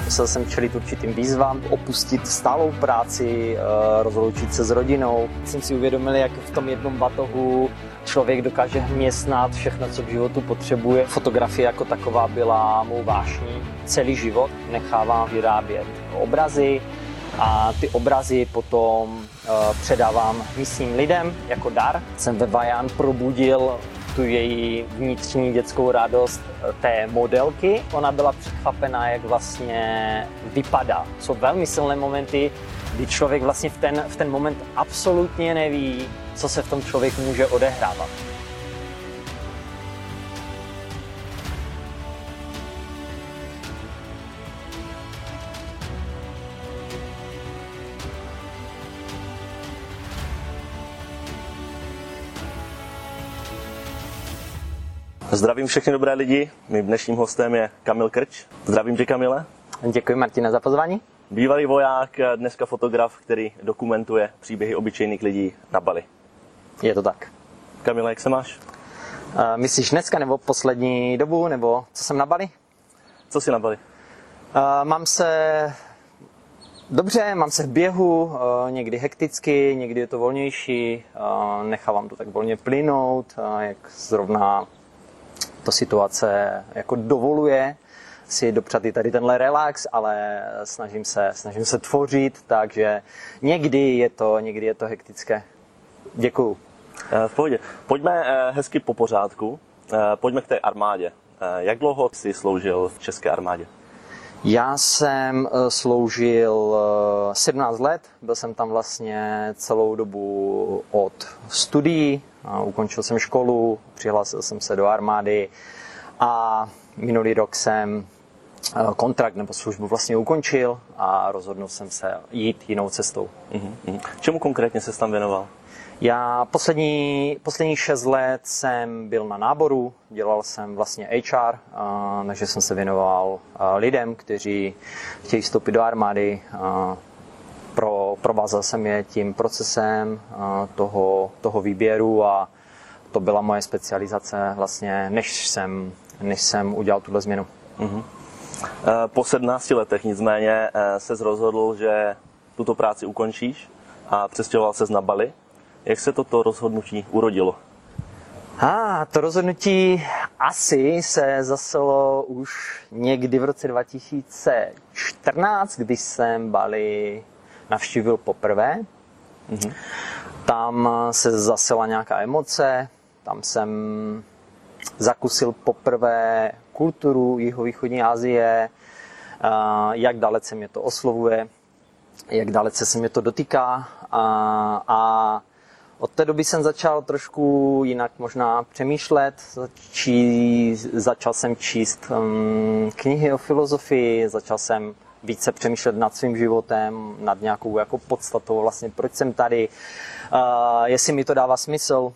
Musel jsem čelit určitým výzvám, opustit stálou práci, rozloučit se s rodinou. Jsem si uvědomil, jak v tom jednom batohu člověk dokáže hměstnat všechno, co v životu potřebuje. Fotografie jako taková byla mou vášní. Celý život nechávám vyrábět obrazy a ty obrazy potom předávám místním lidem jako dar. Jsem ve Vajan probudil tu její vnitřní dětskou radost té modelky. Ona byla překvapená, jak vlastně vypadá. Jsou velmi silné momenty, kdy člověk vlastně v ten moment absolutně neví, co se v tom člověku může odehrávat. Zdravím všechny dobré lidi, mým dnešním hostem je Kamil Krč. Zdravím tě, Kamile. Děkuji, Martina, za pozvání. Bývalý voják, dneska fotograf, který dokumentuje příběhy obyčejných lidí na Bali. Je to tak. Kamile, jak se máš? Myslíš dneska nebo poslední dobu, nebo co jsem na Bali? Co jsi na Bali? Mám se dobře, mám se v běhu, někdy hekticky, někdy je to volnější, nechávám to tak volně plynout, jak zrovna to situace jako dovoluje si dopřát i tady tenhle relax, ale snažím se tvořit, takže někdy je to hektické. Děkuju. V pohodě. Pojďme hezky po pořádku, pojďme k té armádě. Jak dlouho jsi sloužil v české armádě? Já jsem sloužil 17 let, byl jsem tam vlastně celou dobu od studií, ukončil jsem školu, přihlásil jsem se do armády a minulý rok jsem kontrakt nebo službu vlastně ukončil a rozhodnul jsem se jít jinou cestou. Čemu konkrétně ses tam věnoval? Já poslední 6 let jsem byl na náboru, dělal jsem vlastně HR, takže jsem se věnoval lidem, kteří chtějí vstoupit do armády. Provázel jsem je tím procesem toho výběru a to byla moje specializace vlastně, než jsem udělal tuhle změnu. Po 17 letech nicméně ses rozhodl, že tuto práci ukončíš a přestěhoval ses na Bali. Jak se toto rozhodnutí urodilo? To rozhodnutí asi se zaselo už někdy v roce 2014, když jsem Bali navštívil poprvé. Tam se zasela nějaká emoce, tam jsem zakusil poprvé kulturu jihovýchodní Asie, jak dalece mě to oslovuje, jak dalece se mě to dotýká a od té doby jsem začal trošku jinak možná přemýšlet, začal jsem číst knihy o filozofii, začal jsem více přemýšlet nad svým životem, nad nějakou jako podstatou, vlastně proč jsem tady, jestli mi to dává smysl.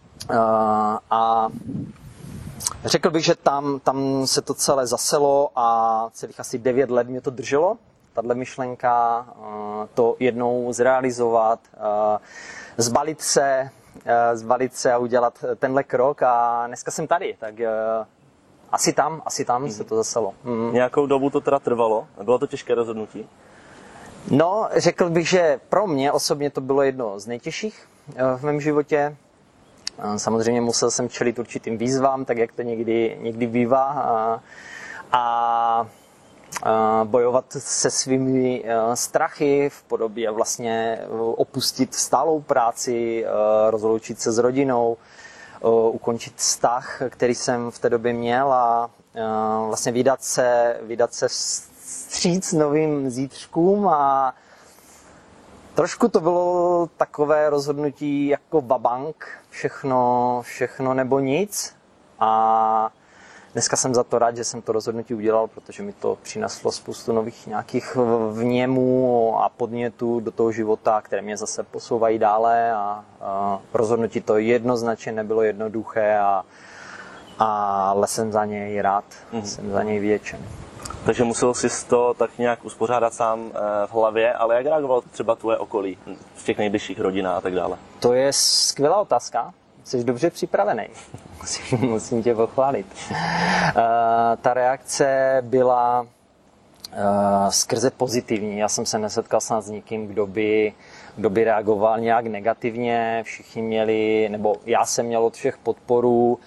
A řekl bych, že tam se to celé zaselo a celých asi 9 let mě to drželo, tahle myšlenka, to jednou zrealizovat, zbalit se a udělat tenhle krok a dneska jsem tady, tak asi tam se to zaselo. Nějakou dobu to teda trvalo? Bylo to těžké rozhodnutí? No, řekl bych, že pro mě osobně to bylo jedno z nejtěžších v mém životě. Samozřejmě musel jsem čelit určitým výzvám, tak jak to někdy bývá a bojovat se svými strachy v podobě vlastně opustit stálou práci, rozloučit se s rodinou, ukončit vztah, který jsem v té době měl a vlastně vydat se vstříc novým zítřkům a trošku to bylo takové rozhodnutí jako vabank, všechno nebo nic a dneska jsem za to rád, že jsem to rozhodnutí udělal, protože mi to přineslo spoustu nových nějakých vněmů a podnětů do toho života, které mě zase posouvají dále a rozhodnutí to jednoznačně nebylo jednoduché, ale jsem za něj rád, jsem za něj vděčen. Takže musel jsi to tak nějak uspořádat sám v hlavě, ale jak reagoval třeba tvoje okolí, z těch nejbližších rodin a tak dále? To je skvělá otázka. Jsi dobře připravený. Musím tě pochválit. Ta reakce byla skrze pozitivní. Já jsem se nesetkal snad s nikým, kdo by reagoval nějak negativně. Všichni měli, nebo já jsem měl od všech podporu.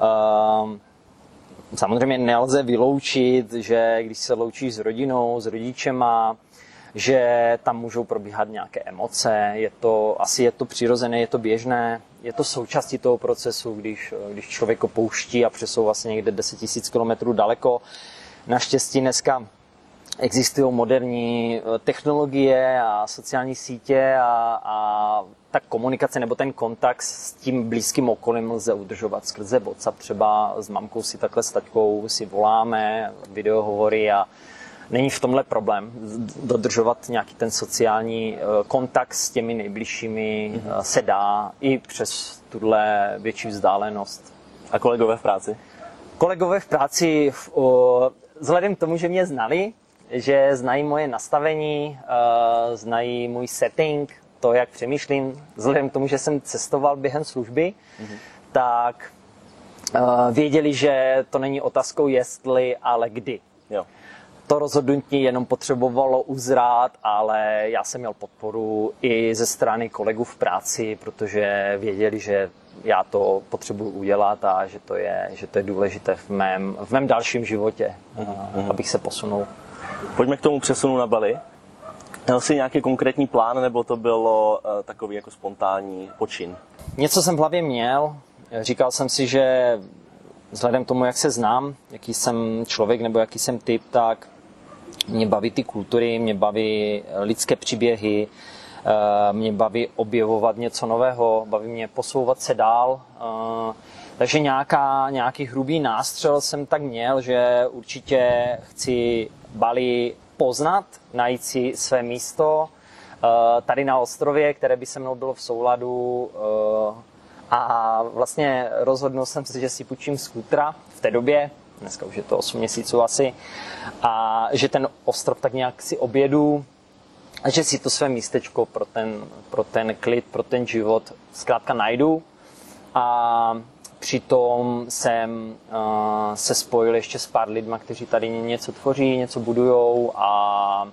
Samozřejmě nelze vyloučit, že když se loučíš s rodinou, s rodičema, že tam můžou probíhat nějaké emoce. Asi je to přirozené, je to běžné, je to součástí toho procesu, když člověk opouští a přesouvá se někde 10 000 km daleko. Naštěstí dneska existují moderní technologie a sociální sítě a ta komunikace nebo ten kontakt s tím blízkým okolím lze udržovat skrze WhatsApp. Třeba s mamkou si takhle, s taťkou si voláme, videohovory a není v tomhle problém dodržovat nějaký ten sociální kontakt s těmi nejbližšími se dá i přes tuhle větší vzdálenost. A kolegové v práci? Kolegové v práci, vzhledem k tomu, že mě znali, že znají moje nastavení, znají můj setting, to, jak přemýšlím, vzhledem k tomu, že jsem cestoval během služby, tak věděli, že to není otázkou jestli, ale kdy. Jo. To rozhodnutí jenom potřebovalo uzrát, ale já jsem měl podporu i ze strany kolegů v práci, protože věděli, že já to potřebuji udělat a že to je důležité v mém dalším životě, abych se posunul. Pojďme k tomu přesunu na Bali. Měl jsi nějaký konkrétní plán, nebo to bylo takový jako spontánní počin? Něco jsem v hlavě měl. Říkal jsem si, že vzhledem k tomu, jak se znám, jaký jsem člověk nebo jaký jsem typ, tak mě baví ty kultury, mě baví lidské příběhy, mě baví objevovat něco nového, baví mě posouvat se dál. Takže nějaký hrubý nástřel jsem tak měl, že určitě chci Bali poznat, najít si své místo tady na ostrově, které by se mnou bylo v souladu. A vlastně rozhodnul jsem se, že si půjčím skútra v té době, dneska už je to 8 měsíců asi, a že ten ostrov tak nějak si objedu a že si to své místečko pro ten klid, pro ten život zkrátka najdu. A přitom jsem se spojil ještě s pár lidma, kteří tady něco tvoří, něco budujou a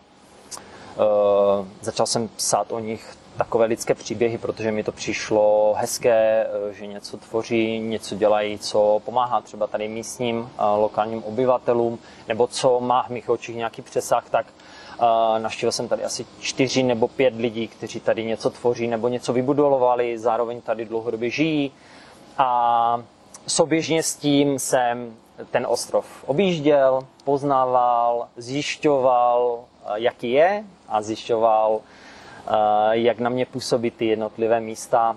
začal jsem psát o nich takové lidské příběhy, protože mi to přišlo hezké, že něco tvoří, něco dělají, co pomáhá třeba tady místním, lokálním obyvatelům, nebo co má v mých očích nějaký přesah, tak navštívil jsem tady asi 4 nebo 5 lidí, kteří tady něco tvoří nebo něco vybudovali, zároveň tady dlouhodobě žijí. A souběžně s tím jsem ten ostrov objížděl, poznával, zjišťoval, jaký je a zjišťoval, jak na mě působí ty jednotlivé místa.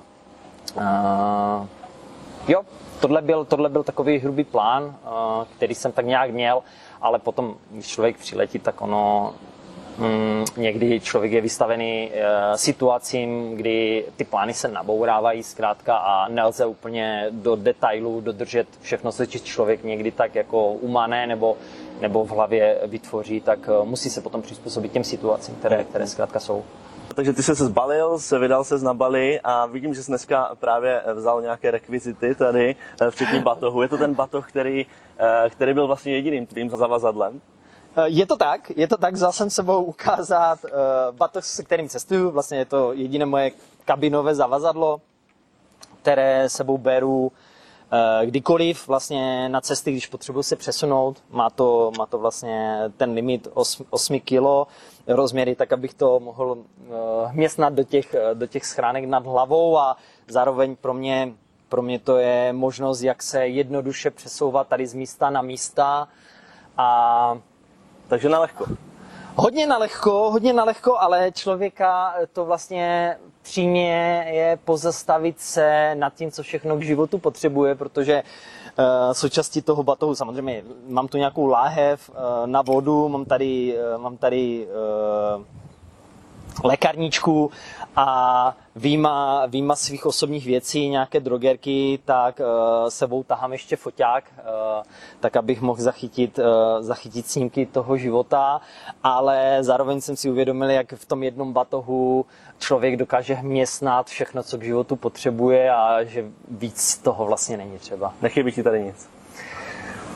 Jo, tohle byl takový hrubý plán, který jsem tak nějak měl, ale potom, když člověk přiletí, tak někdy člověk je vystavený situacím, kdy ty plány se nabourávají zkrátka a nelze úplně do detailů dodržet všechno, co člověk někdy tak jako umane nebo v hlavě vytvoří, tak musí se potom přizpůsobit těm situacím, které zkrátka jsou. Takže ty jsi se zbalil, vydal ses na Bali a vidím, že jsi dneska právě vzal nějaké rekvizity tady, včetně batohu. Je to ten batoh, který byl vlastně jediným tvým zavazadlem? Je to tak, vzal jsem sebou ukázat batoh, se kterým cestuju, vlastně je to jediné moje kabinové zavazadlo, které sebou beru kdykoliv vlastně na cesty, když potřebuji se přesunout. Má to vlastně ten limit 8 kg rozměry, tak abych to mohl hměstnat do těch schránek nad hlavou a zároveň pro mě to je možnost, jak se jednoduše přesouvat tady z místa na místa. Takže na lehko. Hodně na lehko, ale člověka to vlastně přímě je pozastavit se nad tím, co všechno k životu potřebuje, protože součástí toho batohu, samozřejmě mám tu nějakou láhev na vodu, mám tady lékárničku a výjima svých osobních věcí, nějaké drogerky, tak sebou tahám ještě foťák, tak abych mohl zachytit snímky toho života, ale zároveň jsem si uvědomil, jak v tom jednom batohu člověk dokáže hměstnat všechno, co k životu potřebuje a že víc toho vlastně není třeba. Nechybí ti tady nic?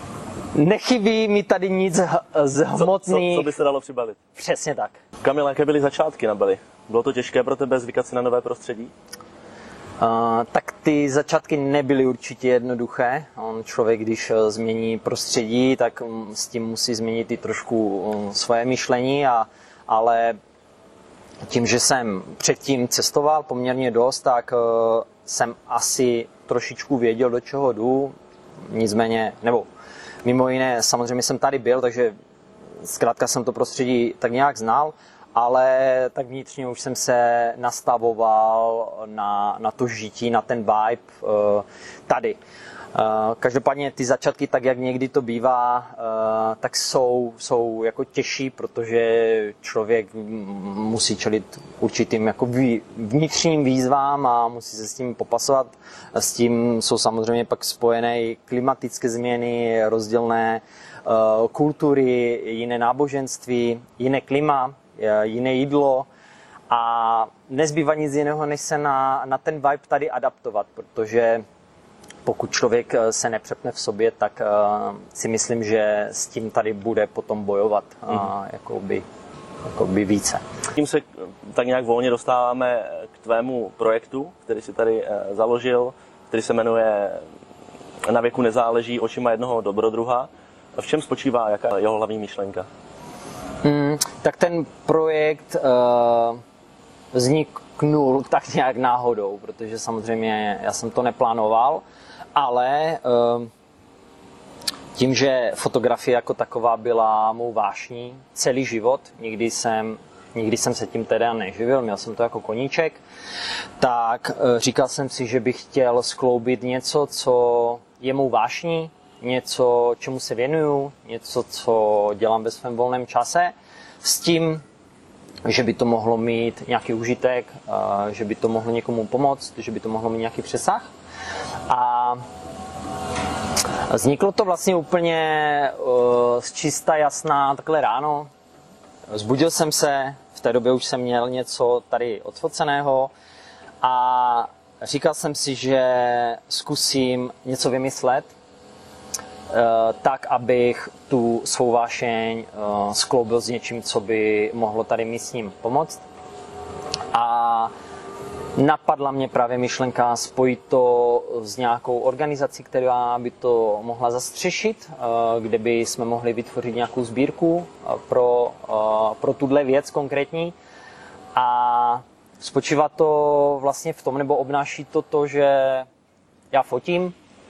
Nechybí mi tady nic z hmotných. Co by se dalo přibalit? Přesně tak. Kamil, jaké byly začátky na Bali? Bylo to těžké pro tebe zvykat si na nové prostředí? Tak ty začátky nebyly určitě jednoduché. Člověk, když změní prostředí, tak s tím musí změnit i trošku svoje myšlení, ale tím, že jsem předtím cestoval poměrně dost, tak jsem asi trošičku věděl, do čeho jdu. Nicméně, nebo mimo jiné, samozřejmě jsem tady byl, takže zkrátka jsem to prostředí tak nějak znal, ale tak vnitřně už jsem se nastavoval na to žití, na ten vibe tady. Každopádně ty začátky, tak jak někdy to bývá, tak jsou jako těžší, protože člověk musí čelit určitým jako vnitřním výzvám a musí se s tím popasovat. S tím jsou samozřejmě pak spojené klimatické změny, rozdílné kultury, jiné náboženství, jiné klima, jiné jídlo a nezbývá nic jiného, než se na ten vibe tady adaptovat, protože pokud člověk se nepřepne v sobě, tak si myslím, že s tím tady bude potom bojovat jakoby více. Tím se tak nějak volně dostáváme k tvému projektu, který si tady založil, který se jmenuje Na věku nezáleží, očima jednoho dobrodruha. V čem spočívá, jaká je jeho hlavní myšlenka? Tak ten projekt vzniknul tak nějak náhodou, protože samozřejmě já jsem to neplánoval, ale tím, že fotografie jako taková byla mou vášní celý život, nikdy jsem se tím teda neživil, měl jsem to jako koníček, tak říkal jsem si, že bych chtěl skloubit něco, co je mou vášní, něco, čemu se věnuju, něco, co dělám ve svém volném čase, s tím, že by to mohlo mít nějaký užitek, že by to mohlo někomu pomoct, že by to mohlo mít nějaký přesah. A vzniklo to vlastně úplně z čista jasná takhle ráno. Zbudil jsem se, v té době už jsem měl něco tady odfoceného a říkal jsem si, že zkusím něco vymyslet, tak, abych tu svou vášeň skloubil s něčím, co by mohlo tady místním pomoct. A napadla mě právě myšlenka spojit to s nějakou organizací, která by to mohla zastřešit, kde by jsme mohli vytvořit nějakou sbírku pro tuhle věc konkrétní. A spočívá to vlastně v tom, nebo obnáší to, že já fotím,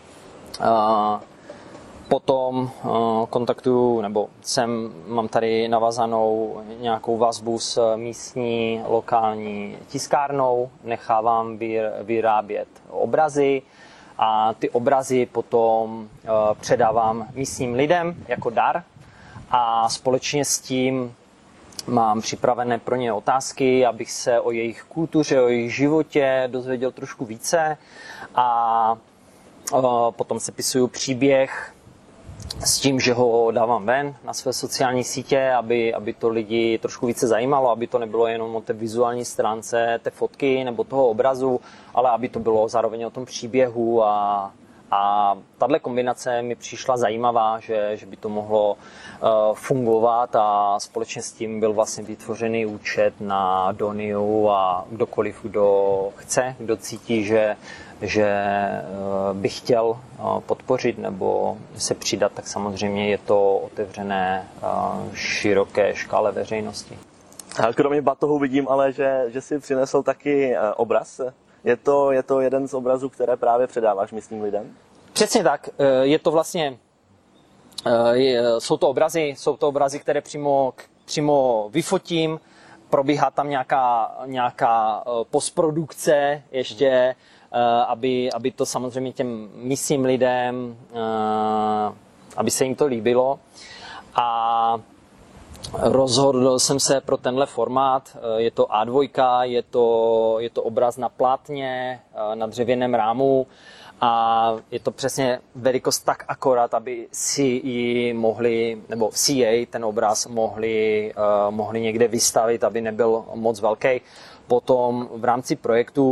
potom kontaktuju, nebo mám tady navazanou nějakou vazbu s místní lokální tiskárnou, nechávám vyrábět obrazy a ty obrazy potom předávám místním lidem jako dar a společně s tím mám připravené pro ně otázky, abych se o jejich kultuře, o jejich životě dozvěděl trošku více a potom sepisuju příběh s tím, že ho dávám ven na své sociální sítě, aby to lidi trošku více zajímalo, aby to nebylo jenom o té vizuální stránce té fotky nebo toho obrazu, ale aby to bylo zároveň o tom příběhu a tahle kombinace mi přišla zajímavá, že by to mohlo fungovat a společně s tím byl vlastně vytvořený účet na Doniu a kdokoliv, kdo chce, kdo cítí, že by chtěl podpořit nebo se přidat, tak samozřejmě je to otevřené široké škále veřejnosti. A kromě batohu vidím ale, že si přinesl taky obraz. Je to jeden z obrazů, které právě předáváš místním lidem? Přesně tak. Je to vlastně, jsou to obrazy, které přímo vyfotím. Probíhá tam nějaká postprodukce ještě, aby to samozřejmě těm místním lidem, aby se jim to líbilo. A rozhodl jsem se pro tenhle formát. Je to A2, je to obraz na plátně, na dřevěném rámu a je to přesně velikost tak akorát, aby si ji mohli, nebo si ten obraz mohli někde vystavit, aby nebyl moc velký. Potom v rámci projektu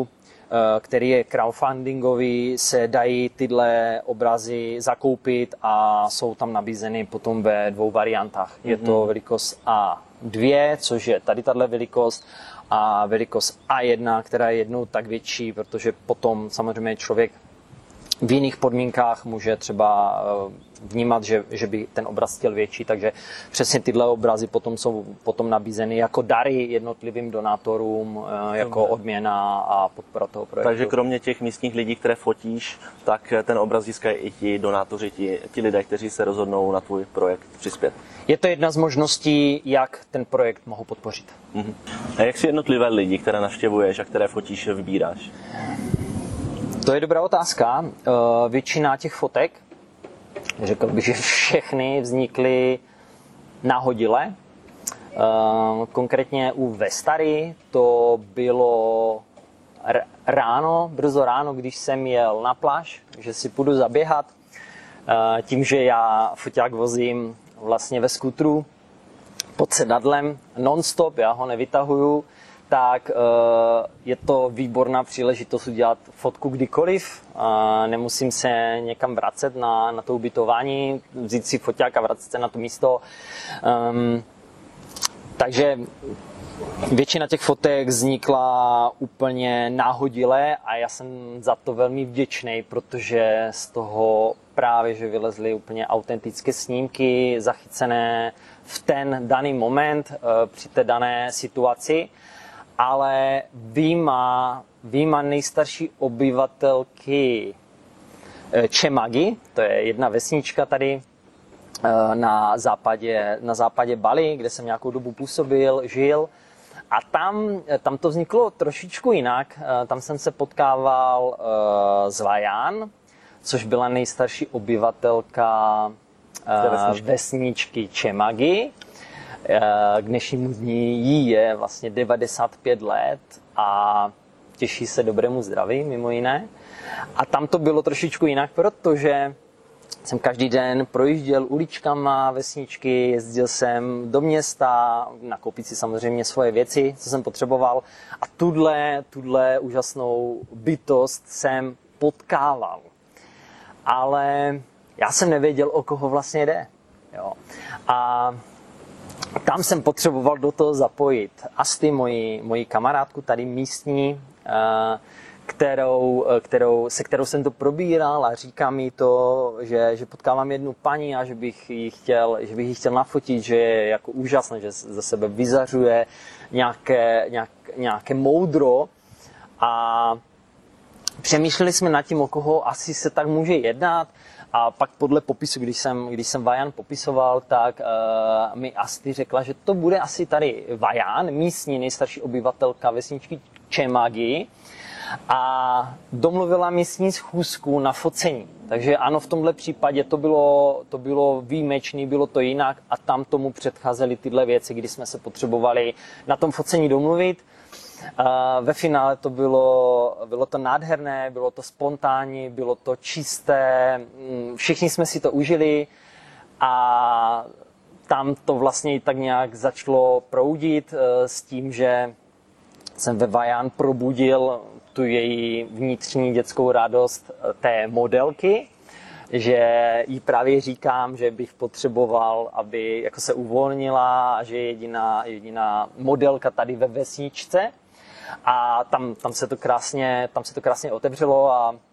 který je crowdfundingový, se dají tyhle obrazy zakoupit a jsou tam nabízeny potom ve 2 variantách. Je to velikost A2, což je tady tahle velikost, a velikost A1, která je jednou tak větší, protože potom samozřejmě člověk v jiných podmínkách může třeba vnímat, že by ten obraz chtěl větší, takže přesně tyhle obrazy potom jsou potom nabízeny jako dary jednotlivým donátorům, jako odměna a podpora toho projektu. Takže kromě těch místních lidí, které fotíš, tak ten obraz získají i ti donátoři, ti lidé, kteří se rozhodnou na tvůj projekt přispět. Je to jedna z možností, jak ten projekt mohou podpořit. A jak si jednotlivé lidi, které navštěvuješ a které fotíš, vybíráš? To je dobrá otázka. Většina těch fotek, řekl bych, že všechny vznikly nahodile. Konkrétně u Vestary to bylo brzo ráno, když jsem jel na pláž, že si půjdu zaběhat. Tím, že já foťák vozím vlastně ve skutru pod sedadlem non-stop, já ho nevytahuju, tak je to výborná příležitost udělat fotku kdykoliv. Nemusím se někam vracet na to ubytování, vzít si foťák a vracet se na to místo. Takže většina těch fotek vznikla úplně náhodile a já jsem za to velmi vděčný, protože z toho právě, že vylezly úplně autentické snímky, zachycené v ten daný moment, při té dané situaci. Ale výjima nejstarší obyvatelky Čemagy, to je jedna vesnička tady na západě Bali, kde jsem nějakou dobu působil, žil. A tam to vzniklo trošičku jinak. Tam jsem se potkával s Vajan, což byla nejstarší obyvatelka vesničky Čemagy. K dnešnímu dní jí je vlastně 95 let a těší se dobrému zdraví, mimo jiné. A tam to bylo trošičku jinak, protože jsem každý den projížděl uličkama vesničky, jezdil jsem do města, nakoupit si samozřejmě svoje věci, co jsem potřeboval. A tuhle úžasnou bytost jsem potkával. Ale já jsem nevěděl, o koho vlastně jde. Jo. A tam jsem potřeboval do toho zapojit Asti, moji kamarádku tady místní, se kterou jsem to probíral a říká mi to, že potkávám jednu paní a že bych ji chtěl nafotit, že je jako úžasné, že ze sebe vyzařuje nějaké moudro. A přemýšleli jsme nad tím, o koho asi se tak může jednat. A pak podle popisu, když jsem Vajan popisoval, tak mi Asti řekla, že to bude asi tady Vajan, místní nejstarší obyvatelka vesničky Čemagy, a domluvila místní schůzku na focení. Takže ano, v tomhle případě to bylo výjimečné, bylo to jinak a tam tomu předcházely tyhle věci, kdy jsme se potřebovali na tom focení domluvit. Ve finále to bylo to nádherné, bylo to spontánní, bylo to čisté, všichni jsme si to užili a tam to vlastně tak nějak začalo proudit s tím, že jsem ve Vajan probudil tu její vnitřní dětskou radost té modelky, že jí právě říkám, že bych potřeboval, aby jako se uvolnila a že je jediná modelka tady ve vesničce. A tam se to krásně otevřelo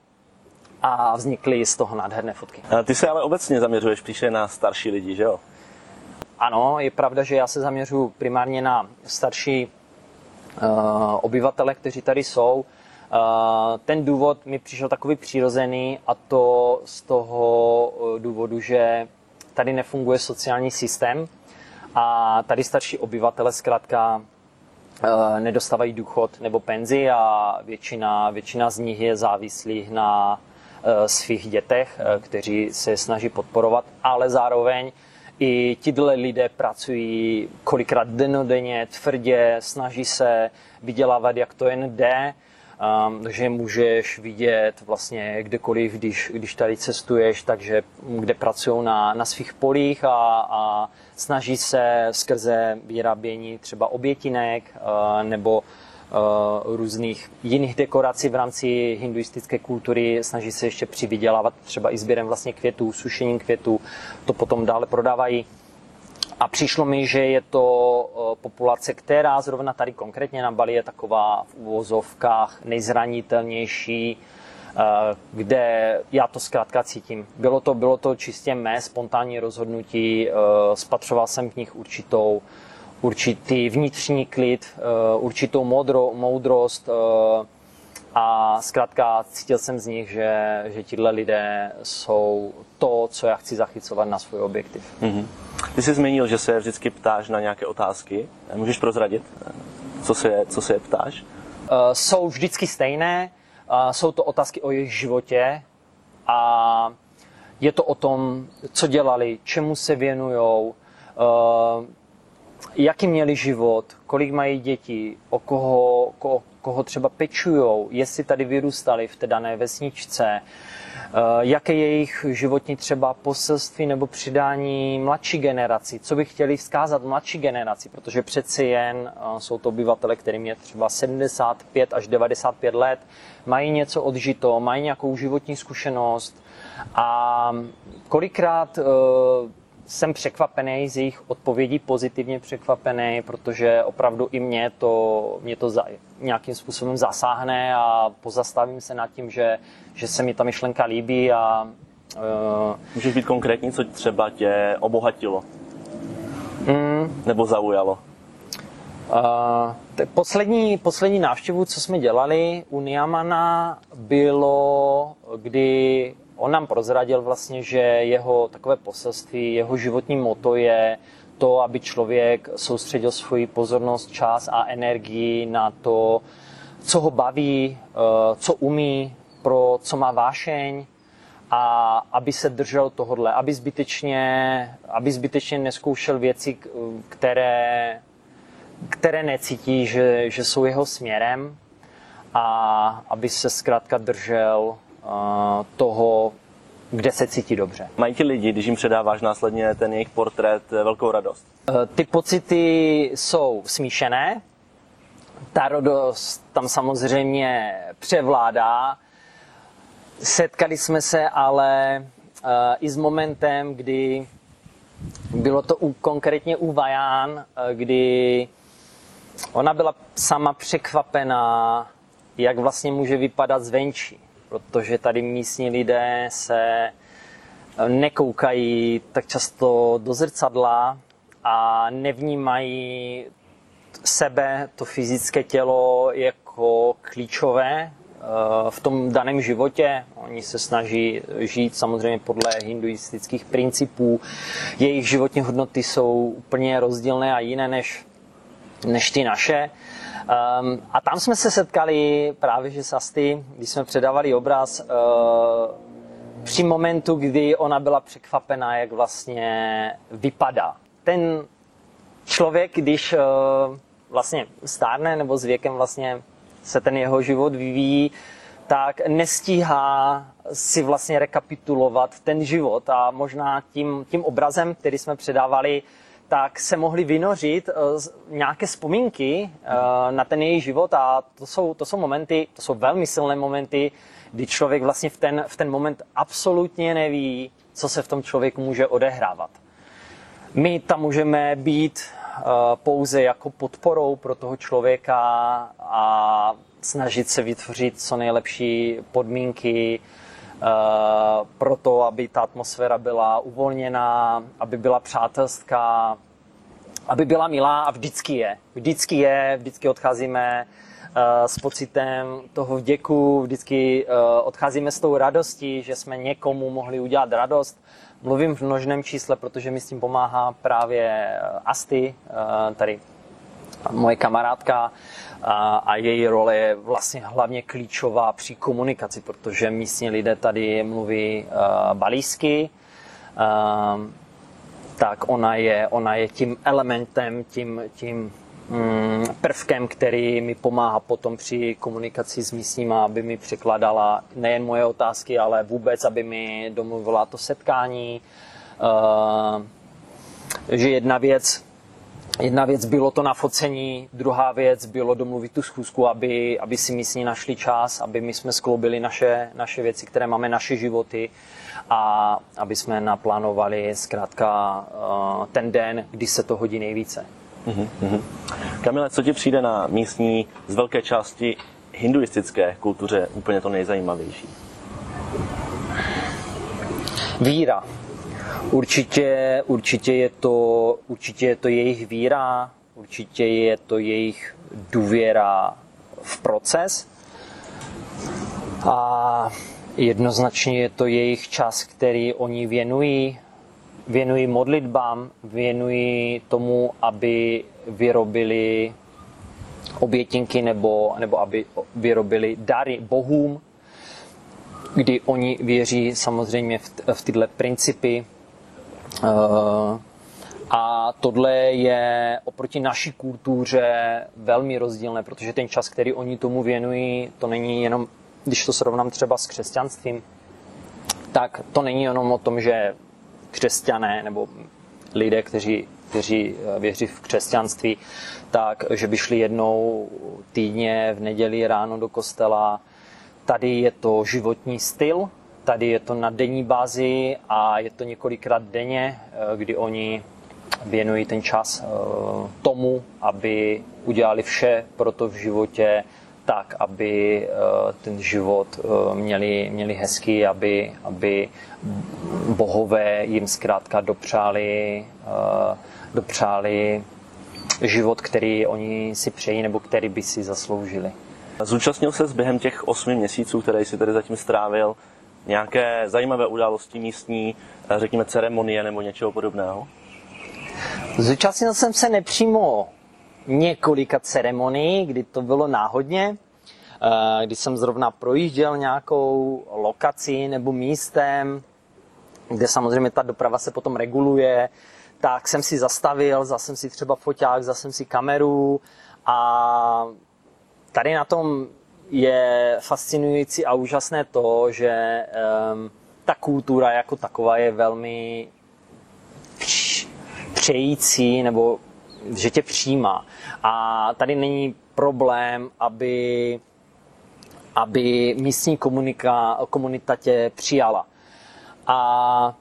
a vznikly z toho nádherné fotky. Ty se ale obecně zaměřuješ spíše na starší lidi, že jo? Ano, je pravda, že já se zaměřuji primárně na starší obyvatele, kteří tady jsou. Ten důvod mi přišel takový přirozený, a to z toho důvodu, že tady nefunguje sociální systém a tady starší obyvatele zkrátka nedostávají důchod nebo penzi a většina z nich je závislých na svých dětech, kteří se snaží podporovat, ale zároveň i tihle lidé pracují kolikrát dennodenně, tvrdě, snaží se vydělávat, jak to jen jde. Takže můžeš vidět vlastně kdekoliv, když tady cestuješ, takže kde pracují na svých polích a snaží se skrze vyrábění třeba obětinek nebo různých jiných dekorací v rámci hinduistické kultury, snaží se ještě přivydělávat třeba i sběrem vlastně květů, sušením květů, to potom dále prodávají. A přišlo mi, že je to populace, která zrovna tady konkrétně na Bali je taková v uvozovkách nejzranitelnější, kde já to zkrátka cítím. Bylo to čistě mé spontánní rozhodnutí, spatřoval jsem v nich určitý vnitřní klid, určitou moudrost a zkrátka cítil jsem z nich, že tihle lidé jsou to, co já chci zachycovat na svůj objektiv. Mm-hmm. Ty jsi zmínil, že se vždycky ptáš na nějaké otázky. Můžeš prozradit, co se je ptáš? Jsou vždycky stejné, jsou to otázky o jejich životě a je to o tom, co dělali, čemu se věnujou, jaký měli život, kolik mají dětí, o koho třeba pečujou, jestli tady vyrůstali v té dané vesničce, jaké je jejich životní třeba poselství nebo přidání mladší generaci, co by chtěli vzkázat mladší generaci, protože přeci jen jsou to obyvatele, kterým je třeba 75 až 95 let, mají něco odžito, mají nějakou životní zkušenost a kolikrát jsem překvapený z jejich odpovědí, pozitivně překvapený, protože opravdu i mě to nějakým způsobem zasáhne a pozastavím se nad tím, že se mi ta myšlenka líbí. Můžeš být konkrétní, co třeba tě obohatilo? Nebo zaujalo? Poslední návštěvu, co jsme dělali u Niyamana, bylo, kdy on nám prozradil vlastně, že jeho takové poselství, jeho životní motto je to, aby člověk soustředil svoji pozornost, čas a energii na to, co ho baví, co umí, pro co má vášeň a aby se držel tohodle, aby zbytečně neskoušel věci, které necítí, že jsou jeho směrem a aby se zkrátka držel toho, kde se cítí dobře. Mají ti lidi, když jim předáváš následně ten jejich portrét, velkou radost? Ty pocity jsou smíšené. Ta radost tam samozřejmě převládá. Setkali jsme se ale i s momentem, kdy bylo to konkrétně u Vaján, kdy ona byla sama překvapená, jak vlastně může vypadat zvenčí. Protože tady místní lidé se nekoukají tak často do zrcadla a nevnímají sebe, to fyzické tělo, jako klíčové v tom daném životě. Oni se snaží žít samozřejmě podle hinduistických principů. Jejich životní hodnoty jsou úplně rozdílné a jiné než ty naše. A tam jsme se setkali právě že s Asti, když jsme předávali obraz, při momentu, kdy ona byla překvapená, jak vlastně vypadá. Ten člověk, když vlastně stárne nebo s věkem vlastně se ten jeho život vyvíjí, tak nestíhá si vlastně rekapitulovat ten život a možná tím obrazem, který jsme předávali, tak se mohli vynořit nějaké vzpomínky na ten její život a to jsou momenty, to jsou velmi silné momenty, kdy člověk vlastně v ten moment absolutně neví, co se v tom člověku může odehrávat. My tam můžeme být pouze jako podporou pro toho člověka a snažit se vytvořit co nejlepší podmínky pro to, aby ta atmosféra byla uvolněná, aby byla přátelská, aby byla milá a vždycky odcházíme s pocitem toho vděku, vždycky odcházíme s tou radostí, že jsme někomu mohli udělat radost. Mluvím v množném čísle, protože mi s tím pomáhá právě Asti, tady moje kamarádka, a její role je vlastně hlavně klíčová při komunikaci, protože místní lidé tady mluví balijsky, tak ona je tím elementem, tím prvkem, který mi pomáhá potom při komunikaci s místníma, aby mi překladala nejen moje otázky, ale vůbec, aby mi domluvila to setkání. Že jedna věc, Jedna věc bylo to nafocení, druhá věc bylo domluvit tu schůzku, aby si místní našli čas, aby my jsme skloubili naše věci, které máme, naše životy a aby jsme naplánovali zkrátka ten den, kdy se to hodí nejvíce. Kamile, co ti přijde na místní z velké části hinduistické kultuře úplně to nejzajímavější? Víra. Určitě je to jejich víra, určitě je to jejich důvěra v proces a jednoznačně je to jejich čas, který oni věnují modlitbám, věnují tomu, aby vyrobili obětinky nebo aby vyrobili dary bohům, kdy oni věří samozřejmě v tyhle principy. A tohle je oproti naší kultuře velmi rozdílné, protože ten čas, který oni tomu věnují, to není jenom, když to srovnám třeba s křesťanstvím, tak to není jenom o tom, že křesťané nebo lidé, kteří věří v křesťanství, tak že by šli jednou týdně v neděli ráno do kostela. Tady je to životní styl, tady je to na denní bázi a je to několikrát denně, kdy oni věnují ten čas tomu, aby udělali vše pro to v životě tak, aby ten život měli hezký, aby bohové jim zkrátka dopřáli život, který oni si přejí nebo který by si zasloužili. Zúčastnil ses během těch 8 měsíců, které jsi tady zatím strávil, nějaké zajímavé události místní, řekněme ceremonie nebo něčeho podobného? Zúčastnil jsem se nepřímo několika ceremonií, kdy to bylo náhodně, kdy jsem zrovna projížděl nějakou lokaci nebo místem, kde samozřejmě ta doprava se potom reguluje, tak jsem si zastavil, vzal jsem si třeba foťák, vzal jsem si kameru a tady na tom je fascinující a úžasné to, že ta kultura jako taková je velmi přející, nebo že tě přijímá. A tady není problém, aby místní komunita tě přijala. A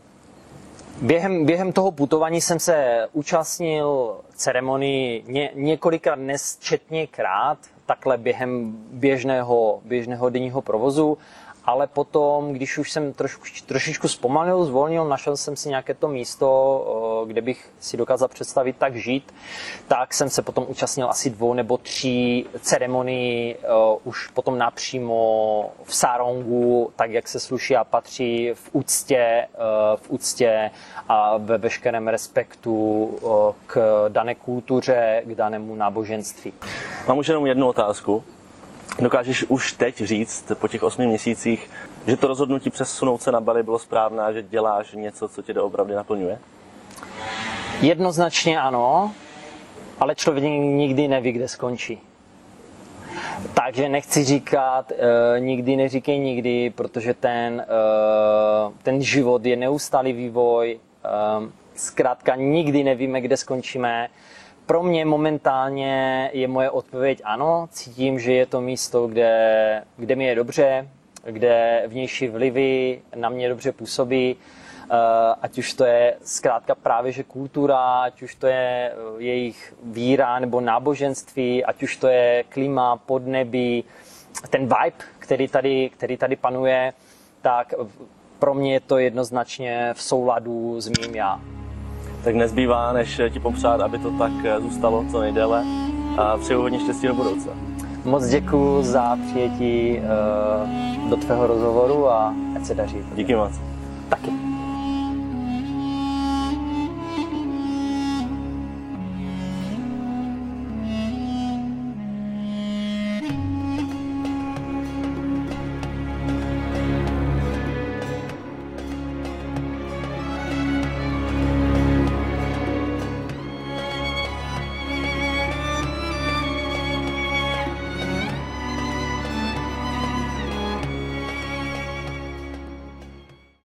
během toho putování jsem se účastnil ceremonii několikrát, nesčetněkrát, takhle během běžného denního provozu, ale potom, když už jsem trošičku zpomalil, zvolnil, našel jsem si nějaké to místo, kde bych si dokázal představit tak žít, tak jsem se potom účastnil asi 2 nebo 3 ceremonií už potom napřímo v sarongu, tak jak se sluší a patří, v úctě a ve veškerém respektu k dané kultuře, k danému náboženství. Mám už jenom jednu otázku. Dokážeš už teď říct po těch 8 měsících, že to rozhodnutí přesunout se na Bali bylo správné a že děláš něco, co tě doopravdy naplňuje? Jednoznačně ano, ale člověk nikdy neví, kde skončí. Takže nechci říkat, nikdy neříkej nikdy, protože ten život je neustálý vývoj, zkrátka nikdy nevíme, kde skončíme. Pro mě momentálně je moje odpověď ano, cítím, že je to místo, kde mi je dobře, kde vnější vlivy na mě dobře působí, ať už to je zkrátka právě že kultura, ať už to je jejich víra nebo náboženství, ať už to je klima, podnebí, ten vibe, který tady panuje, tak pro mě je to jednoznačně v souladu s mým já. Tak nezbývá, než ti popřát, aby to tak zůstalo co nejdéle a přeju hodně štěstí do budoucna. Moc děkuji za přijetí do tvého rozhovoru a ať se daří. Díky moc. Taky.